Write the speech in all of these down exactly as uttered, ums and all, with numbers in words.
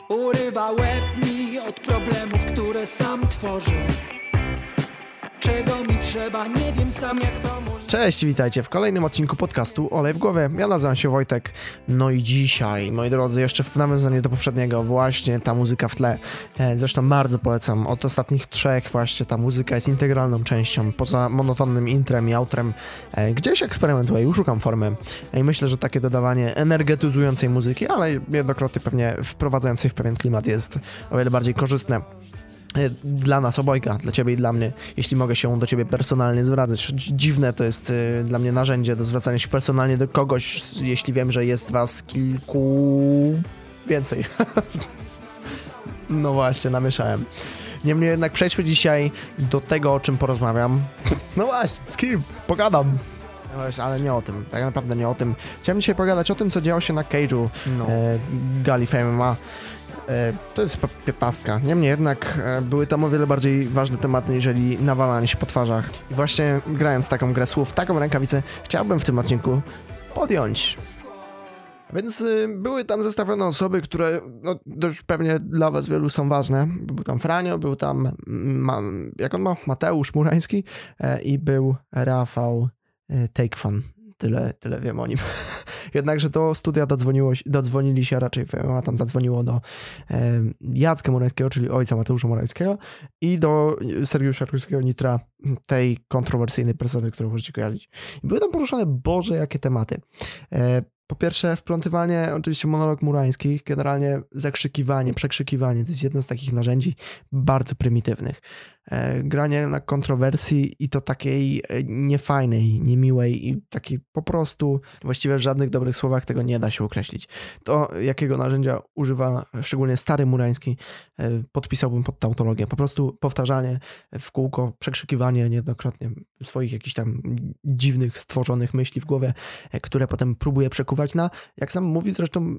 Urywa łeb mi od problemów, które sam tworzę. Czego mi trzeba, nie wiem sam jak to może... Cześć, witajcie w kolejnym odcinku podcastu Olej w głowie. Ja nazywam się Wojtek. No i dzisiaj, moi drodzy, jeszcze w nawiązaniu do poprzedniego, właśnie ta muzyka w tle. Zresztą bardzo polecam. Od ostatnich trzech właśnie ta muzyka jest integralną częścią. Poza monotonnym intrem i outrem gdzieś eksperymentuję, już szukam formy. I myślę, że takie dodawanie energetyzującej muzyki, ale jednokrotnie pewnie wprowadzającej w pewien klimat jest o wiele bardziej korzystne. Dla nas obojga, dla ciebie i dla mnie, jeśli mogę się do ciebie personalnie zwracać. Dziwne to jest y, dla mnie narzędzie do zwracania się personalnie do kogoś, jeśli wiem, że jest was kilku... więcej. No właśnie, namieszałem. Niemniej jednak przejdźmy dzisiaj do tego, o czym porozmawiam. No właśnie, z kim? Pogadam. No właśnie, ale nie o tym, tak naprawdę nie o tym. Chciałem dzisiaj pogadać o tym, co działo się na Cage'u no. e, gali Fame M M A. To jest piętnastka. Niemniej jednak były tam o wiele bardziej ważne tematy, niżeli nawalanie się po twarzach. I właśnie grając taką grę słów, taką rękawicę, chciałbym w tym odcinku podjąć. Więc y, były tam zestawione osoby, które no, dość pewnie dla was wielu są ważne. Był tam Franio, był tam, ma, jak on ma, Mateusz Murański e, i był Rafał e, Takefan. Tyle, tyle wiem o nim. Jednakże do studia dodzwoniło, dodzwonili się, raczej a tam zadzwoniło do e, Jacka Murańskiego, czyli ojca Mateusza Murańskiego i do Sergiusza Ruskiego Nitra, tej kontrowersyjnej persony, którą możecie kojarzyć. I były tam poruszane, Boże, jakie tematy. E, po pierwsze wplątywanie, oczywiście monolog Murańskich, generalnie zakrzykiwanie, przekrzykiwanie, to jest jedno z takich narzędzi bardzo prymitywnych. E, granie na kontrowersji i to takiej niefajnej, niemiłej i takiej po prostu właściwie w żadnych dobrych słowach tego nie da się określić. To jakiego narzędzia używa szczególnie stary Murański, e, podpisałbym pod tautologię. Po prostu powtarzanie w kółko, przekrzykiwanie niejednokrotnie swoich jakichś tam dziwnych, stworzonych myśli w głowie, e, które potem próbuje przekuwać na, jak sam mówi zresztą,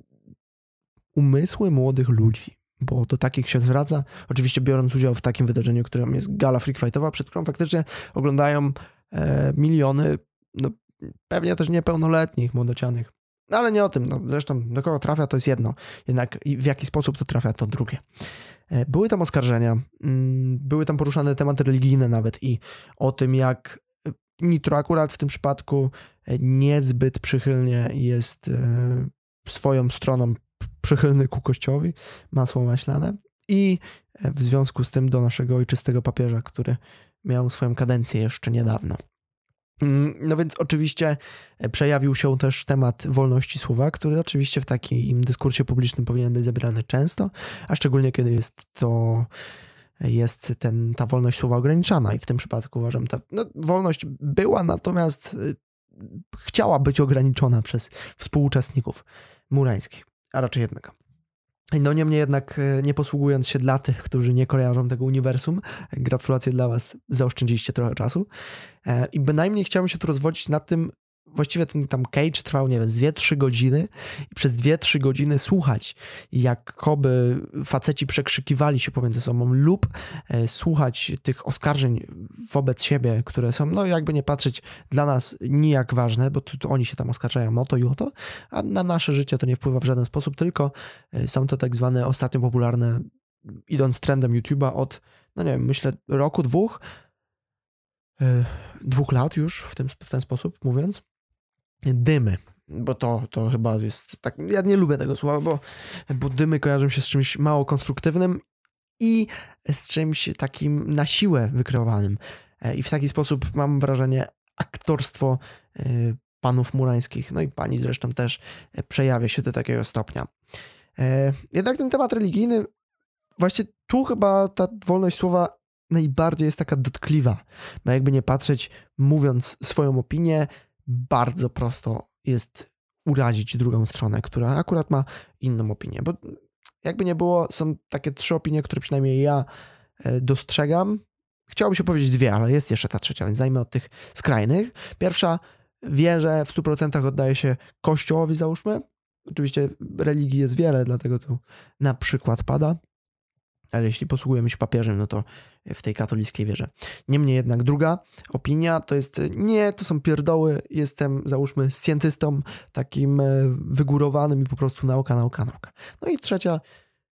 umysły młodych ludzi. Bo do takich się zwraca, oczywiście biorąc udział w takim wydarzeniu, którym jest gala freak fightowa, przed którą faktycznie oglądają e, miliony, no pewnie też niepełnoletnich, młodocianych. No, ale nie o tym, no zresztą do kogo trafia to jest jedno, jednak w jaki sposób to trafia to drugie. E, były tam oskarżenia, m, były tam poruszane tematy religijne nawet i o tym, jak Nitro akurat w tym przypadku niezbyt przychylnie jest e, swoją stroną przychylny ku kościołowi, masło maślane i w związku z tym do naszego ojczystego papieża, który miał swoją kadencję jeszcze niedawno. No więc oczywiście przejawił się też temat wolności słowa, który oczywiście w takim dyskursie publicznym powinien być zabierany często, a szczególnie kiedy jest to jest ten, ta wolność słowa ograniczana i w tym przypadku uważam, ta no, wolność była, natomiast chciała być ograniczona przez współuczestników murańskich, a raczej jednego. No niemniej jednak, nie posługując się dla tych, którzy nie kojarzą tego uniwersum, gratulacje dla was, zaoszczędziliście trochę czasu i bynajmniej chciałem się tu rozwodzić nad tym, właściwie ten tam cage trwał, nie wiem, z dwie trzy godziny i przez dwie trzy godziny słuchać, jakoby faceci przekrzykiwali się pomiędzy sobą lub e, słuchać tych oskarżeń wobec siebie, które są, no jakby nie patrzeć, dla nas nijak ważne, bo to, to oni się tam oskarżają o to i o to, a na nasze życie to nie wpływa w żaden sposób, tylko e, są to tak zwane ostatnio popularne, idąc trendem YouTube'a od, no nie wiem, myślę roku, dwóch, e, dwóch lat już w, tym, w ten sposób mówiąc, dymy, bo to, to chyba jest tak, ja nie lubię tego słowa, bo, bo dymy kojarzą się z czymś mało konstruktywnym i z czymś takim na siłę wykreowanym. I w taki sposób mam wrażenie aktorstwo panów murańskich, no i pani zresztą też przejawia się do takiego stopnia. Jednak ten temat religijny, właśnie tu chyba ta wolność słowa najbardziej jest taka dotkliwa, bo jakby nie patrzeć, mówiąc swoją opinię, bardzo prosto jest urazić drugą stronę, która akurat ma inną opinię, bo jakby nie było, są takie trzy opinie, które przynajmniej ja dostrzegam. Chciałoby się powiedzieć dwie, ale jest jeszcze ta trzecia, więc zajmę od tych skrajnych. Pierwsza, wierzę, w stu procentach oddaje się Kościołowi, załóżmy. Oczywiście religii jest wiele, dlatego tu na przykład pada. Ale jeśli posługujemy się papieżem, no to w tej katolickiej wierze. Niemniej jednak druga opinia to jest, nie, to są pierdoły, jestem, załóżmy, scjentystą, takim wygórowanym i po prostu nauka, nauka, nauka. No i trzecia,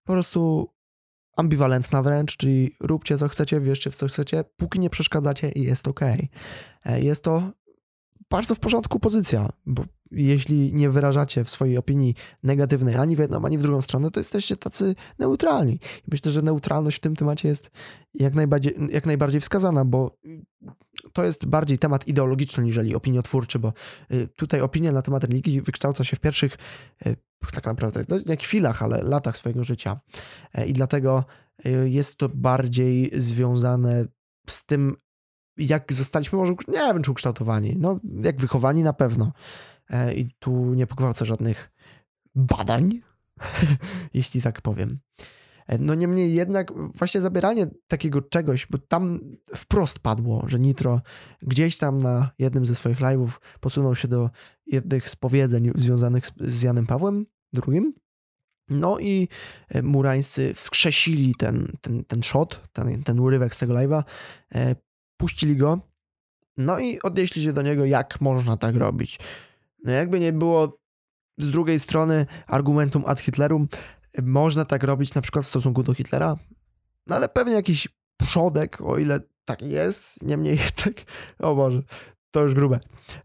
po prostu ambiwalentna wręcz, czyli róbcie co chcecie, wierzcie w co chcecie, póki nie przeszkadzacie i jest okej. Okay. Jest to bardzo w porządku pozycja, bo jeśli nie wyrażacie w swojej opinii negatywnej ani w jedną, ani w drugą stronę, to jesteście tacy neutralni. I myślę, że neutralność w tym temacie jest jak najbardziej, jak najbardziej wskazana, bo to jest bardziej temat ideologiczny niżeli opiniotwórczy, bo tutaj opinia na temat religii wykształca się w pierwszych, tak naprawdę, no nie chwilach, ale latach swojego życia. I dlatego jest to bardziej związane z tym, jak zostaliśmy może, nie wiem, czy ukształtowani, no jak wychowani na pewno. I tu nie pogwałcę żadnych badań, jeśli tak powiem. No niemniej jednak właśnie zabieranie takiego czegoś, bo tam wprost padło, że Nitro gdzieś tam na jednym ze swoich live'ów posunął się do jednych z powiedzeń związanych z, z Janem Pawłem drugim. No i Murańscy wskrzesili ten, ten, ten shot, ten, ten urywek z tego live'a, e, puścili go, no i odnieśli się do niego, jak można tak robić. No jakby nie było z drugiej strony argumentum ad Hitlerum, można tak robić na przykład w stosunku do Hitlera, no ale pewnie jakiś przodek, o ile tak jest, niemniej tak, o Boże, to już grube,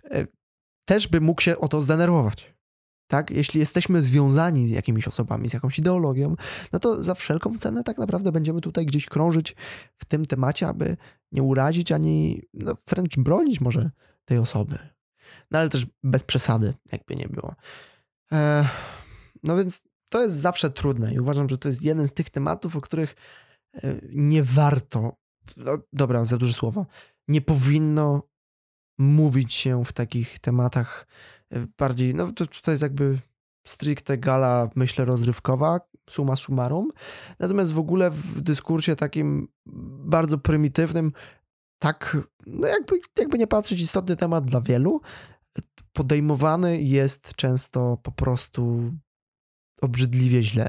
też by mógł się o to zdenerwować. Tak? Jeśli jesteśmy związani z jakimiś osobami, z jakąś ideologią, no to za wszelką cenę tak naprawdę będziemy tutaj gdzieś krążyć w tym temacie, aby nie urazić ani no, wręcz bronić może tej osoby. No ale też bez przesady, jakby nie było. Eee, no więc to jest zawsze trudne i uważam, że to jest jeden z tych tematów, o których nie warto, no dobra, za duże słowo, nie powinno mówić się w takich tematach bardziej, no to, to jest jakby stricte gala, myślę, rozrywkowa, summa summarum, natomiast w ogóle w dyskursie takim bardzo prymitywnym, tak, no jakby, jakby nie patrzeć, istotny temat dla wielu, podejmowany jest często po prostu obrzydliwie źle.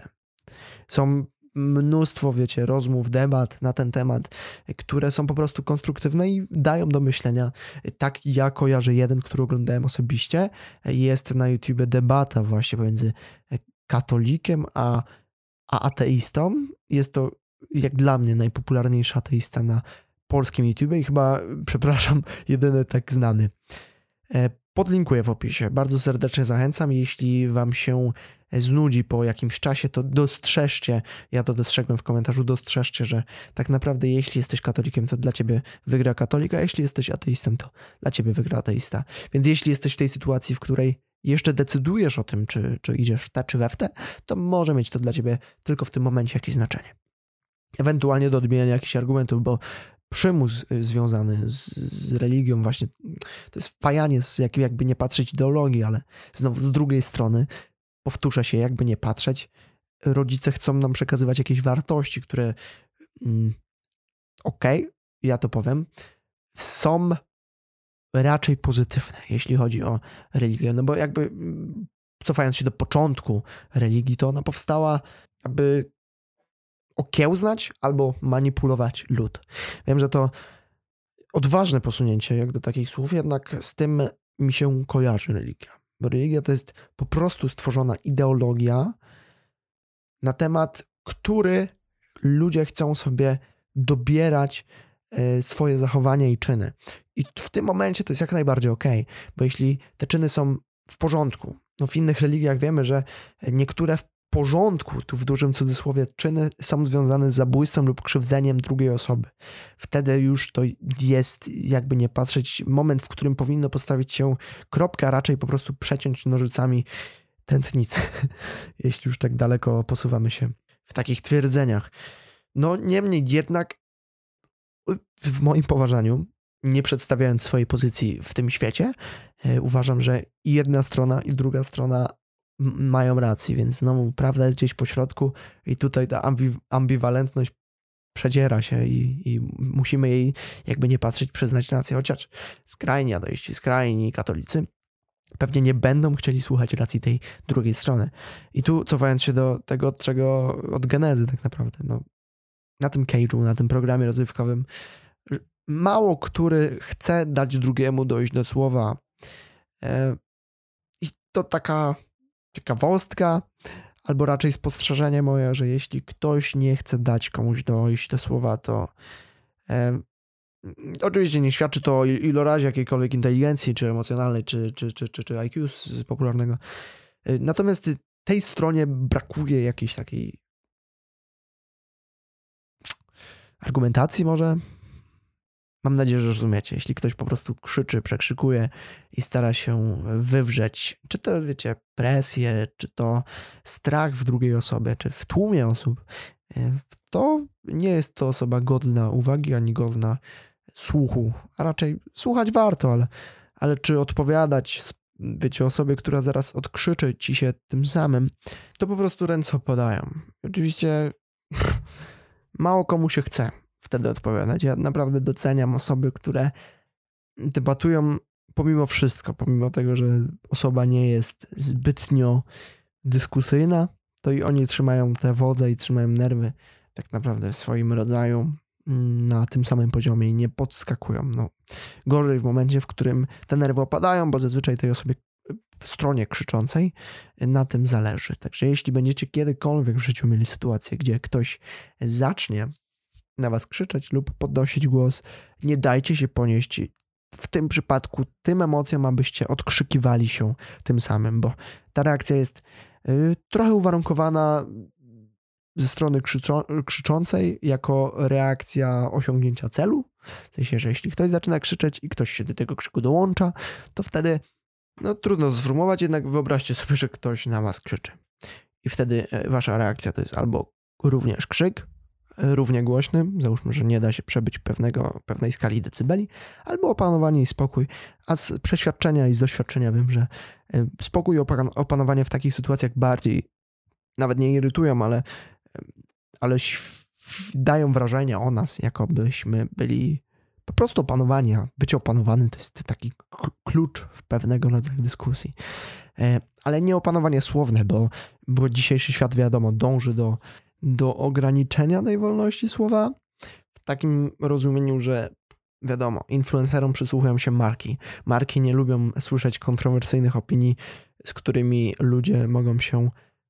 Są mnóstwo, wiecie, rozmów, debat na ten temat, które są po prostu konstruktywne i dają do myślenia. Tak ja kojarzę jeden, który oglądałem osobiście. Jest na YouTubie debata właśnie pomiędzy katolikiem a, a ateistą. Jest to, jak dla mnie, najpopularniejszy ateista na polskim YouTubie i chyba, przepraszam, jedyny tak znany. Podlinkuję w opisie. Bardzo serdecznie zachęcam. Jeśli wam się znudzi po jakimś czasie, to dostrzeżcie, ja to dostrzegłem w komentarzu, dostrzeżcie, że tak naprawdę jeśli jesteś katolikiem, to dla ciebie wygra katolik, a jeśli jesteś ateistą, to dla ciebie wygra ateista. Więc jeśli jesteś w tej sytuacji, w której jeszcze decydujesz o tym, czy, czy idziesz w te, czy we w te, to może mieć to dla ciebie tylko w tym momencie jakieś znaczenie. Ewentualnie do odmieniania jakichś argumentów, bo przymus związany z, z religią właśnie, to jest wpajanie z jak, jakby nie patrzeć ideologii, ale znowu z drugiej strony powtórzę się, jakby nie patrzeć, rodzice chcą nam przekazywać jakieś wartości, które mm, okej, okay, ja to powiem, są raczej pozytywne, jeśli chodzi o religię, no bo jakby cofając się do początku religii, to ona powstała, aby okiełznać albo manipulować lud. Wiem, że to odważne posunięcie jak do takich słów, jednak z tym mi się kojarzy religia. Bo religia to jest po prostu stworzona ideologia na temat, który ludzie chcą sobie dobierać swoje zachowania i czyny. I w tym momencie to jest jak najbardziej okej, okay, bo jeśli te czyny są w porządku, no w innych religiach wiemy, że niektóre w porządku, tu w dużym cudzysłowie, czyny są związane z zabójstwem lub krzywdzeniem drugiej osoby. Wtedy już to jest, jakby nie patrzeć, moment, w którym powinno postawić się kropkę, a raczej po prostu przeciąć nożycami tętnicę, jeśli już tak daleko posuwamy się w takich twierdzeniach. No niemniej jednak w moim poważaniu, nie przedstawiając swojej pozycji w tym świecie, uważam, że i jedna strona, i druga strona mają rację, więc znowu prawda jest gdzieś po środku i tutaj ta ambi- ambiwalentność przedziera się i, i musimy jej, jakby nie patrzeć, przyznać rację, chociaż skrajni ateiści, skrajni katolicy pewnie nie będą chcieli słuchać racji tej drugiej strony. I tu cofając się do tego, od czego, od genezy tak naprawdę, no, na tym cage'u, na tym programie rozrywkowym, mało który chce dać drugiemu dojść do słowa. I to taka ciekawostka, albo raczej spostrzeżenie moje, że jeśli ktoś nie chce dać komuś dojść do słowa, to e, oczywiście nie świadczy to o ilorazie jakiejkolwiek inteligencji, czy emocjonalnej, czy, czy, czy, czy, czy I Q z popularnego. E, natomiast tej stronie brakuje jakiejś takiej argumentacji może. Mam nadzieję, że rozumiecie. Jeśli ktoś po prostu krzyczy, przekrzykuje i stara się wywrzeć, czy to, wiecie, presję, czy to strach w drugiej osobie, czy w tłumie osób, to nie jest to osoba godna uwagi, ani godna słuchu. A raczej słuchać warto, ale, ale czy odpowiadać, wiecie, osobie, która zaraz odkrzyczy ci się tym samym, to po prostu ręce opadają. Oczywiście mało komu się chce wtedy odpowiadać. Ja naprawdę doceniam osoby, które debatują pomimo wszystko, pomimo tego, że osoba nie jest zbytnio dyskusyjna, to i oni trzymają tę wodzę i trzymają nerwy tak naprawdę w swoim rodzaju na tym samym poziomie i nie podskakują. No, gorzej w momencie, w którym te nerwy opadają, bo zazwyczaj tej osobie w stronie krzyczącej na tym zależy. Także jeśli będziecie kiedykolwiek w życiu mieli sytuację, gdzie ktoś zacznie na was krzyczeć lub podnosić głos, nie dajcie się ponieść w tym przypadku tym emocjom, abyście odkrzykiwali się tym samym, bo ta reakcja jest y, trochę uwarunkowana ze strony krzyczo- krzyczącej jako reakcja osiągnięcia celu. W sensie, że jeśli ktoś zaczyna krzyczeć i ktoś się do tego krzyku dołącza, to wtedy no trudno sformułować, jednak wyobraźcie sobie, że ktoś na was krzyczy. I wtedy wasza reakcja to jest albo również krzyk, równie głośny, załóżmy, że nie da się przebyć pewnego, pewnej skali decybeli, albo opanowanie i spokój, a z przeświadczenia i z doświadczenia wiem, że spokój i opanowanie w takich sytuacjach bardziej nawet nie irytują, ale, ale dają wrażenie o nas, jakobyśmy byli po prostu opanowani, a bycie opanowanym to jest taki klucz w pewnego rodzaju dyskusji. Ale nie opanowanie słowne, bo, bo dzisiejszy świat, wiadomo, dąży do do ograniczenia tej wolności słowa w takim rozumieniu, że wiadomo, influencerom przysłuchują się marki. Marki nie lubią słyszeć kontrowersyjnych opinii, z którymi ludzie mogą się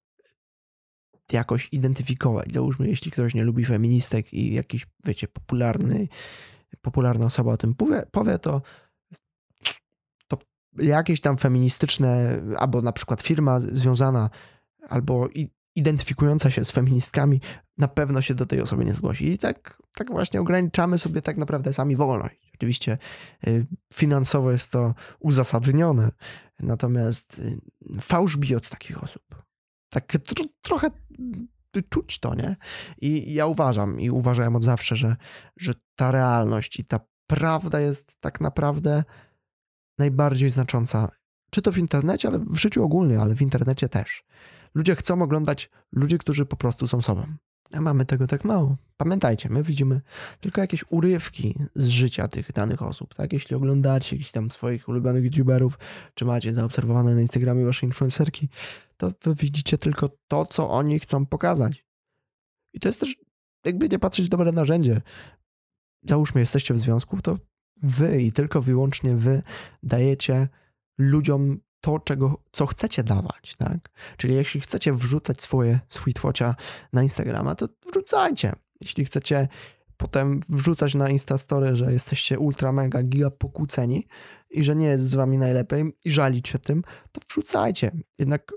jakoś identyfikować. Załóżmy, jeśli ktoś nie lubi feministek i jakiś, wiecie, popularny, popularna osoba o tym powie, powie to, to jakieś tam feministyczne, albo na przykład firma związana, albo identyfikująca się z feministkami na pewno się do tej osoby nie zgłosi. I tak, tak właśnie ograniczamy sobie tak naprawdę sami wolność. Oczywiście finansowo jest to uzasadnione, natomiast fałsz bije od takich osób. Tak tro, trochę czuć to, nie? I ja uważam i uważałem od zawsze, że, że ta realność i ta prawda jest tak naprawdę najbardziej znacząca. Czy to w internecie, ale w życiu ogólnie, ale w internecie też. Ludzie chcą oglądać ludzi, którzy po prostu są sobą. A mamy tego tak mało. Pamiętajcie, my widzimy tylko jakieś urywki z życia tych danych osób, tak? Jeśli oglądacie jakichś tam swoich ulubionych youtuberów, czy macie zaobserwowane na Instagramie wasze influencerki, to wy widzicie tylko to, co oni chcą pokazać. I to jest też, jakby nie patrzeć, dobre narzędzie. Załóżmy, jesteście w związku, to wy i tylko wyłącznie wy dajecie ludziom to, czego, co chcecie dawać, tak? Czyli jeśli chcecie wrzucać swoje sweetwocia na Instagrama, to wrzucajcie. Jeśli chcecie potem wrzucać na Instastory, że jesteście ultra mega giga pokłóceni i że nie jest z wami najlepiej i żalić się tym, to wrzucajcie. Jednak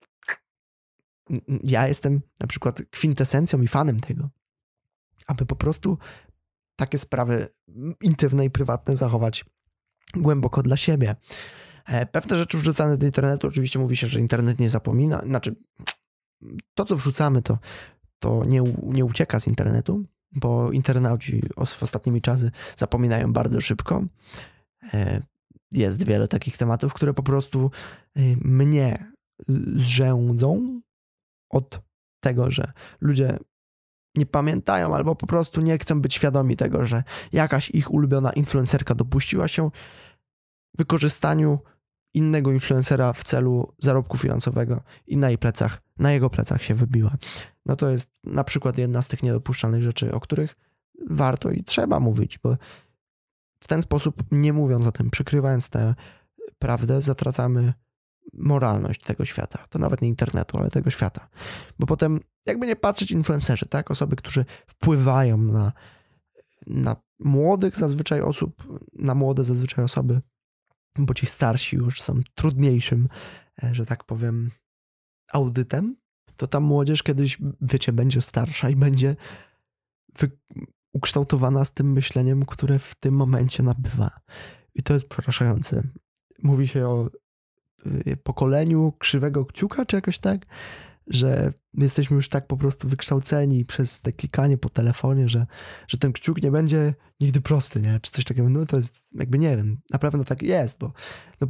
ja jestem na przykład kwintesencją i fanem tego, aby po prostu takie sprawy intymne i prywatne zachować głęboko dla siebie. Pewne rzeczy wrzucane do internetu, oczywiście mówi się, że internet nie zapomina, znaczy to, co wrzucamy, to, to nie, nie ucieka z internetu, bo internauci w ostatnimi czasy zapominają bardzo szybko. Jest wiele takich tematów, które po prostu mnie zrzędzą od tego, że ludzie nie pamiętają albo po prostu nie chcą być świadomi tego, że jakaś ich ulubiona influencerka dopuściła się wykorzystaniu innego influencera w celu zarobku finansowego i na jej plecach, na jego plecach się wybiła. No to jest na przykład jedna z tych niedopuszczalnych rzeczy, o których warto i trzeba mówić, bo w ten sposób, nie mówiąc o tym, przykrywając tę prawdę, zatracamy moralność tego świata. To nawet nie internetu, ale tego świata. Bo potem, jakby nie patrzeć, influencerzy, tak? Osoby, którzy wpływają na, na młodych zazwyczaj osób, na młode zazwyczaj osoby, bo ci starsi już są trudniejszym, że tak powiem, audytem, to ta młodzież kiedyś, wiecie, będzie starsza i będzie wy- ukształtowana z tym myśleniem, które w tym momencie nabywa. I to jest przerażające. Mówi się o y, pokoleniu krzywego kciuka, czy jakoś tak, że jesteśmy już tak po prostu wykształceni przez te klikanie po telefonie, że, że ten kciuk nie będzie nigdy prosty, nie? Czy coś takiego. No to jest, jakby nie wiem, na pewno tak jest, bo no,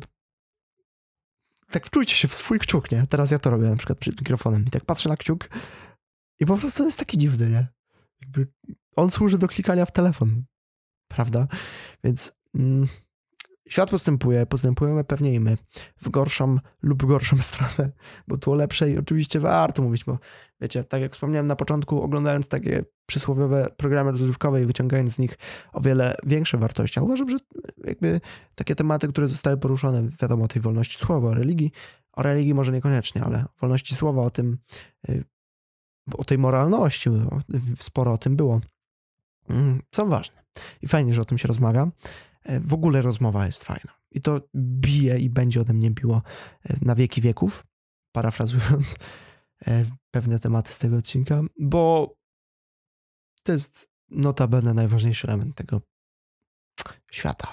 tak wczujcie się w swój kciuk, nie? Teraz ja to robię na przykład przed mikrofonem i tak patrzę na kciuk i po prostu jest taki dziwny, nie? Jakby on służy do klikania w telefon, prawda? Więc mm, świat postępuje, postępujemy pewnie i my w gorszą lub gorszą stronę, bo tu o lepszej oczywiście warto mówić, bo wiecie, tak jak wspomniałem na początku, oglądając takie przysłowiowe programy rozrywkowe i wyciągając z nich o wiele większe wartości, a uważam, że jakby takie tematy, które zostały poruszone, wiadomo, o tej wolności słowa, o religii, o religii może niekoniecznie, ale o wolności słowa, o tym, o tej moralności, sporo o tym było, są ważne. I fajnie, że o tym się rozmawia. W ogóle rozmowa jest fajna. I to bije i będzie ode mnie biło na wieki wieków, parafrazując pewne tematy z tego odcinka, bo to jest notabene najważniejszy element tego świata,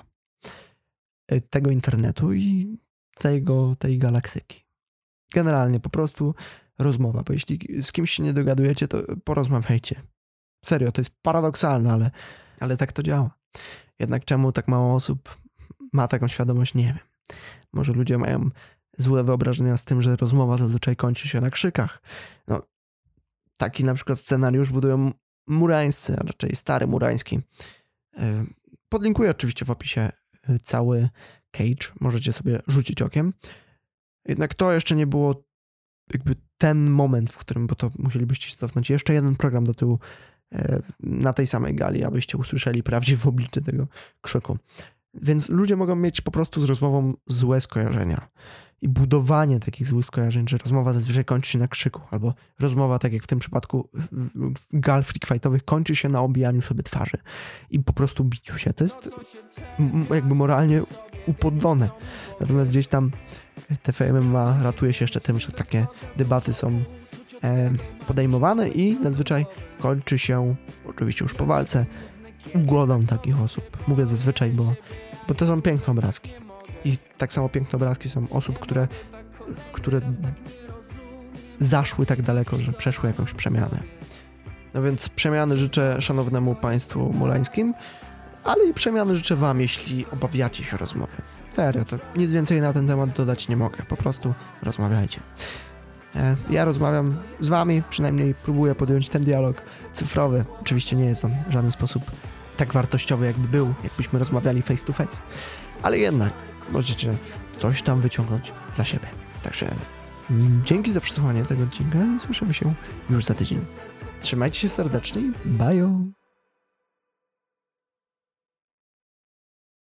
tego internetu i tego, tej galaktyki. Generalnie po prostu rozmowa, bo jeśli z kimś się nie dogadujecie, to porozmawiajcie. Serio, to jest paradoksalne, ale, ale tak to działa. Jednak czemu tak mało osób ma taką świadomość, nie wiem. Może ludzie mają złe wyobrażenia z tym, że rozmowa zazwyczaj kończy się na krzykach. No, taki na przykład scenariusz budują murańscy, a raczej stary murański. Podlinkuję oczywiście w opisie cały Cage, możecie sobie rzucić okiem. Jednak to jeszcze nie było jakby ten moment, w którym, bo to musielibyście się cofnąć jeszcze jeden program do tyłu na tej samej gali, abyście usłyszeli prawdziwe oblicze tego krzyku. Więc ludzie mogą mieć po prostu z rozmową złe skojarzenia. I budowanie takich złych skojarzeń, że rozmowa zazwyczaj kończy się na krzyku, albo rozmowa, tak jak w tym przypadku gal freak fightowych, kończy się na obijaniu sobie twarzy i po prostu biciu się. To jest jakby moralnie upodlone. Natomiast gdzieś tam T V M M A ratuje się jeszcze tym, że takie debaty są podejmowane i zazwyczaj kończy się, oczywiście już po walce, ugodą takich osób. Mówię zazwyczaj, bo, bo to są piękne obrazki. I tak samo piękne obrazki są osób, które, które zaszły tak daleko, że przeszły jakąś przemianę. No więc przemiany życzę szanownemu państwu murańskim, ale i przemiany życzę wam, jeśli obawiacie się rozmowy. Serio, to nic więcej na ten temat dodać nie mogę. Po prostu rozmawiajcie. Ja rozmawiam z wami, przynajmniej próbuję podjąć ten dialog cyfrowy. Oczywiście nie jest on w żaden sposób tak wartościowy, jakby był, jakbyśmy rozmawiali face to face. Ale jednak możecie coś tam wyciągnąć dla siebie. Także dzięki za przesłuchanie tego odcinka i słyszymy się już za tydzień. Trzymajcie się serdecznie i bye!